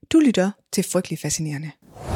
Du lytter til Frygteligt Fascinerende.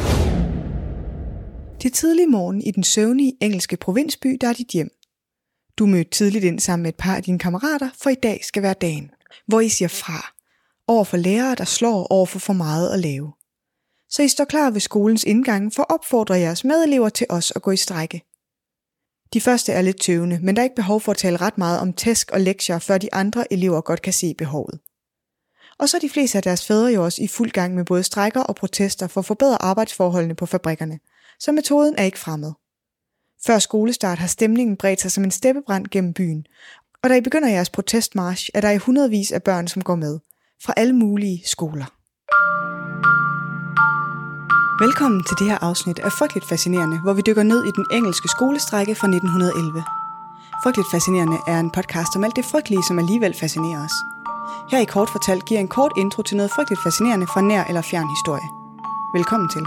Det er tidlig morgen i den søvnige engelske provinsby, der er dit hjem. Du mødte tidligt ind sammen med et par af dine kammerater, for i dag skal være dagen, hvor I siger fra. Over for lærere, der slår over for meget at lave. Så I står klar ved skolens indgang for at opfordre jeres medelever til os at gå i strejke. De første er lidt tøvende, men der er ikke behov for at tale ret meget om tæsk og lektier, før de andre elever godt kan se behovet. Og så er de fleste af deres fædre jo også i fuld gang med både strejker og protester for at forbedre arbejdsforholdene på fabrikkerne, så metoden er ikke fremmed. Før skolestart har stemningen bredt sig som en steppebrand gennem byen, og da I begynder jeres protestmarch, er der i hundredvis af børn, som går med, fra alle mulige skoler. Velkommen til det her afsnit af Frygteligt Fascinerende, hvor vi dykker ned i den engelske skolestrejke fra 1911. Frygteligt Fascinerende er en podcast om alt det frygtelige, som alligevel fascinerer os. Her i Kort Fortalt giver en kort intro til noget frygteligt fascinerende fra nær eller fjern historie. Velkommen til.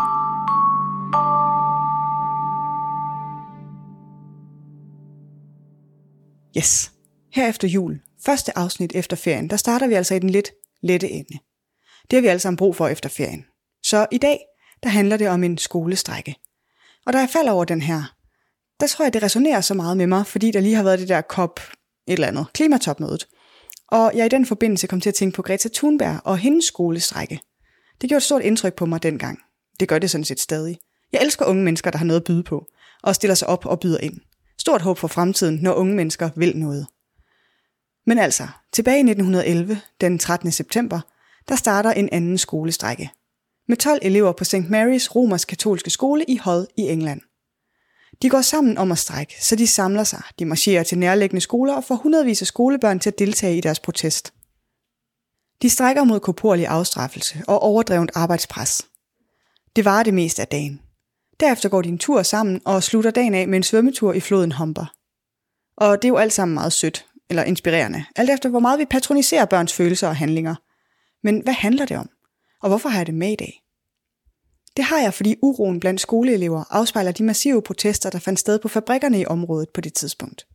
Yes. Her efter jul, første afsnit efter ferien, der starter vi altså i den lidt lette ende. Det har vi alle sammen brug for efter ferien. Så i dag, der handler det om en skolestrejke. Og da jeg falder over den her, der tror jeg, det resonerer så meget med mig, fordi der lige har været det der COP et eller andet, klimatopmødet. Og jeg i den forbindelse kom til at tænke på Greta Thunberg og hendes skolestrejke. Det gjorde et stort indtryk på mig dengang. Det gør det sådan set stadig. Jeg elsker unge mennesker, der har noget at byde på, og stiller sig op og byder ind. Stort håb for fremtiden, når unge mennesker vil noget. Men altså, tilbage i 1911, den 13. september, der starter en anden skolestrejke. Med 12 elever på St. Mary's romersk katolske skole i Hull i England. De går sammen om at strejke, så de samler sig. De marcherer til nærliggende skoler og får hundredvis af skolebørn til at deltage i deres protest. De strejker mod korporlig afstraffelse og overdrevent arbejdspres. Det varer det meste af dagen. Derefter går de en tur sammen og slutter dagen af med en svømmetur i floden Humber. Og det er jo alt sammen meget sødt eller inspirerende, alt efter hvor meget vi patroniserer børns følelser og handlinger. Men hvad handler det om? Og hvorfor har jeg det med i dag? Det har jeg, fordi uroen blandt skoleelever afspejler de massive protester, der fandt sted på fabrikkerne i området på det tidspunkt.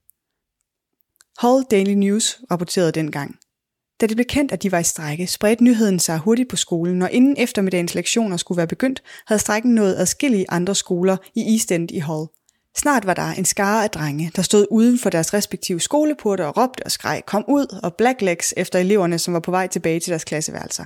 Hull Daily News rapporterede dengang. Da det blev kendt, at de var i strejke, spredte nyheden sig hurtigt på skolen, og inden eftermiddagens lektioner skulle være begyndt, havde strejken nået adskillige andre skoler i East End i Hull. Snart var der en skare af drenge, der stod uden for deres respektive skoleporte og råbte og skreg, kom ud og blacklegs efter eleverne, som var på vej tilbage til deres klasseværelser.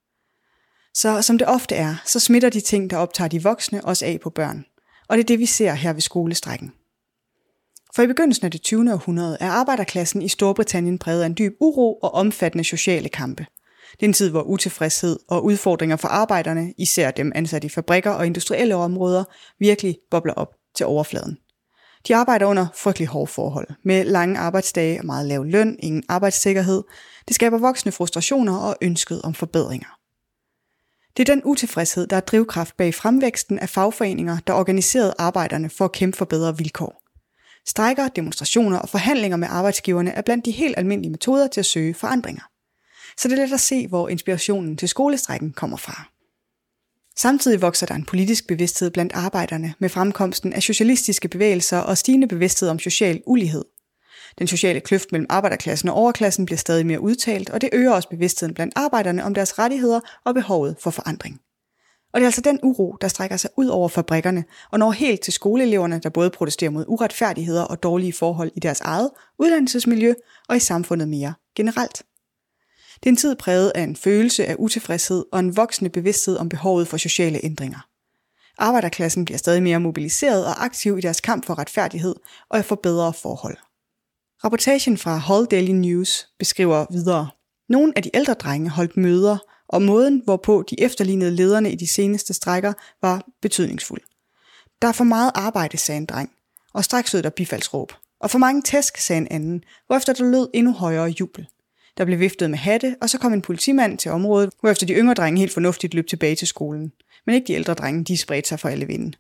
Så som det ofte er, så smitter de ting, der optager de voksne, også af på børn. Og det er det, vi ser her ved skolestrejken. For i begyndelsen af det 20. århundrede er arbejderklassen i Storbritannien præget af en dyb uro og omfattende sociale kampe. Det er en tid, hvor utilfredshed og udfordringer for arbejderne, især dem ansat i fabrikker og industrielle områder, virkelig bobler op til overfladen. De arbejder under frygtelig hårde forhold, med lange arbejdsdage og meget lav løn, ingen arbejdssikkerhed. Det skaber voksne frustrationer og ønsket om forbedringer. Det er den utilfredshed, der er drivkraft bag fremvæksten af fagforeninger, der organiserede arbejderne for at kæmpe for bedre vilkår. Strejker, demonstrationer og forhandlinger med arbejdsgiverne er blandt de helt almindelige metoder til at søge forandringer. Så det er let at se, hvor inspirationen til skolestrejken kommer fra. Samtidig vokser der en politisk bevidsthed blandt arbejderne med fremkomsten af socialistiske bevægelser og stigende bevidsthed om social ulighed. Den sociale kløft mellem arbejderklassen og overklassen bliver stadig mere udtalt, og det øger også bevidstheden blandt arbejderne om deres rettigheder og behovet for forandring. Og det er altså den uro, der strækker sig ud over fabrikkerne og når helt til skoleeleverne, der både protesterer mod uretfærdigheder og dårlige forhold i deres eget uddannelsesmiljø og i samfundet mere generelt. Det er en tid præget af en følelse af utilfredshed og en voksende bevidsthed om behovet for sociale ændringer. Arbejderklassen bliver stadig mere mobiliseret og aktiv i deres kamp for retfærdighed og for bedre forhold. Rapportagen fra Hull Daily News beskriver videre. Nogle af de ældre drenge holdt møder, og måden, hvorpå de efterlignede lederne i de seneste strejker, var betydningsfuld. Der er for meget arbejde, sagde en dreng, og straks lød der bifaldsråb. Og for mange tæsk, sagde en anden, hvorefter der lød endnu højere jubel. Der blev viftet med hatte, og så kom en politimand til området, hvorefter de yngre drenge helt fornuftigt løb tilbage til skolen. Men ikke de ældre drenge, de spredte sig for alle vinde.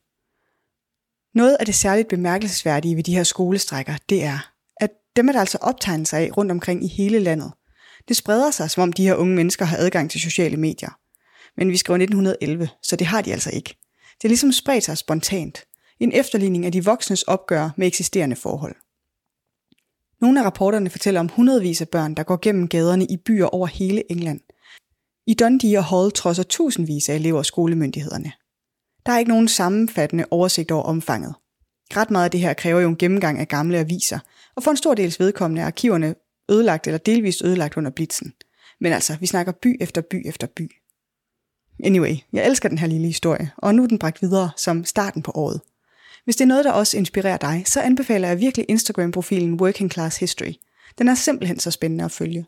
Noget af det særligt bemærkelsesværdige ved de her skolestrejker, det er, at dem er der altså optegnelser af rundt omkring i hele landet. Det spreder sig, som om de her unge mennesker har adgang til sociale medier. Men vi skriver 1911, så det har de altså ikke. Det er ligesom spredt sig spontant. En efterligning af de voksnes opgør med eksisterende forhold. Nogle af rapporterne fortæller om hundredvis af børn, der går gennem gaderne i byer over hele England. I Dundee og Hull trodser tusindvis af elever skolemyndighederne. Der er ikke nogen sammenfattende oversigt over omfanget. Ret meget af det her kræver jo en gennemgang af gamle aviser, og for en stor dels vedkommende er arkiverne ødelagt eller delvist ødelagt under blitzen. Men altså, vi snakker by efter by efter by. Anyway, jeg elsker den her lille historie, og nu er den bragt videre som starten på året. Hvis det er noget, der også inspirerer dig, så anbefaler jeg virkelig Instagram-profilen Working Class History. Den er simpelthen så spændende at følge.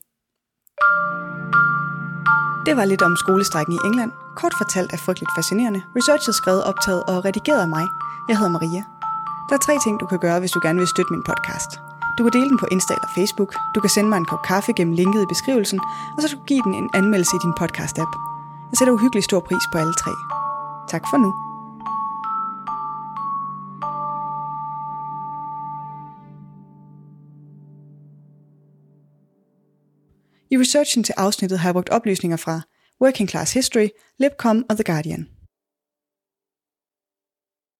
Det var lidt om skolestrejken i England. Kort fortalt er frygteligt fascinerende. Researchet skrevet, optaget og redigeret af mig. Jeg hedder Maria. Der er 3 ting, du kan gøre, hvis du gerne vil støtte min podcast. Du kan dele den på Insta eller Facebook. Du kan sende mig en kop kaffe gennem linket i beskrivelsen, og så kan du give den en anmeldelse i din podcast-app. Jeg sætter uhyggelig stor pris på alle 3. Tak for nu. I researchen til afsnittet har jeg brugt oplysninger fra Working Class History, Libcom og The Guardian.